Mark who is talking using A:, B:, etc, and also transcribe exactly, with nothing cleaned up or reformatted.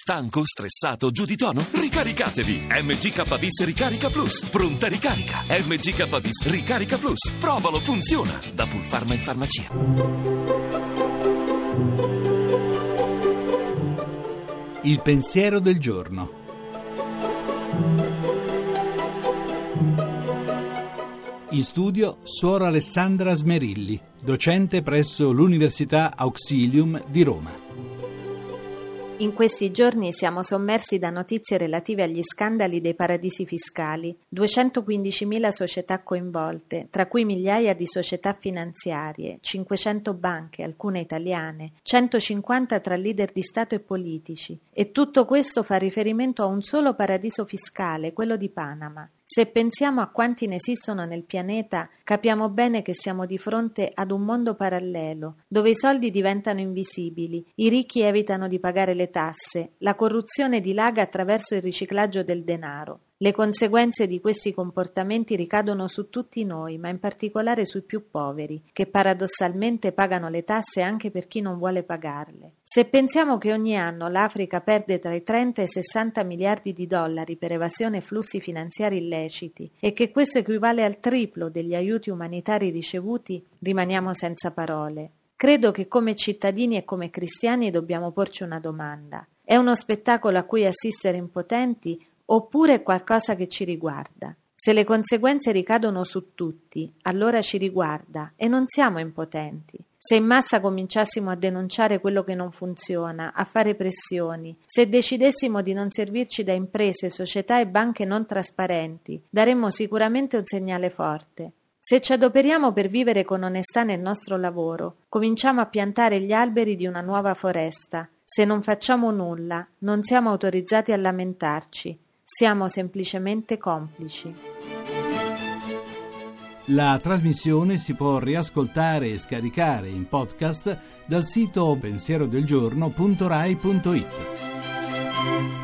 A: Stanco, stressato, giù di tono? Ricaricatevi! M G K Vis Ricarica Plus. Pronta ricarica. M G K Vis Ricarica Plus. Provalo, funziona. Da Pulpharma in farmacia.
B: Il pensiero del giorno. In studio Suor Alessandra Smerilli, docente presso l'Università Auxilium di Roma.
C: In questi giorni siamo sommersi da notizie relative agli scandali dei paradisi fiscali, duecentoquindicimila società coinvolte, tra cui migliaia di società finanziarie, cinquecento banche, alcune italiane, centocinquanta tra leader di Stato e politici. E tutto questo fa riferimento a un solo paradiso fiscale, quello di Panama. Se pensiamo a quanti ne esistono nel pianeta, capiamo bene che siamo di fronte ad un mondo parallelo, dove i soldi diventano invisibili, i ricchi evitano di pagare le tasse, la corruzione dilaga attraverso il riciclaggio del denaro. Le conseguenze di questi comportamenti ricadono su tutti noi, ma in particolare sui più poveri, che paradossalmente pagano le tasse anche per chi non vuole pagarle. Se pensiamo che ogni anno l'Africa perde tra i trenta e i sessanta miliardi di dollari per evasione e flussi finanziari illeciti e che questo equivale al triplo degli aiuti umanitari ricevuti, rimaniamo senza parole. Credo che come cittadini e come cristiani dobbiamo porci una domanda. È uno spettacolo a cui assistere impotenti oppure qualcosa che ci riguarda? Se le conseguenze ricadono su tutti, allora ci riguarda e non siamo impotenti. Se in massa cominciassimo a denunciare quello che non funziona, a fare pressioni, se decidessimo di non servirci da imprese, società e banche non trasparenti, daremmo sicuramente un segnale forte. Se ci adoperiamo per vivere con onestà nel nostro lavoro, cominciamo a piantare gli alberi di una nuova foresta. Se non facciamo nulla, non siamo autorizzati a lamentarci. Siamo semplicemente complici.
B: La trasmissione si può riascoltare e scaricare in podcast dal sito pensierodelgiorno punto rai punto it.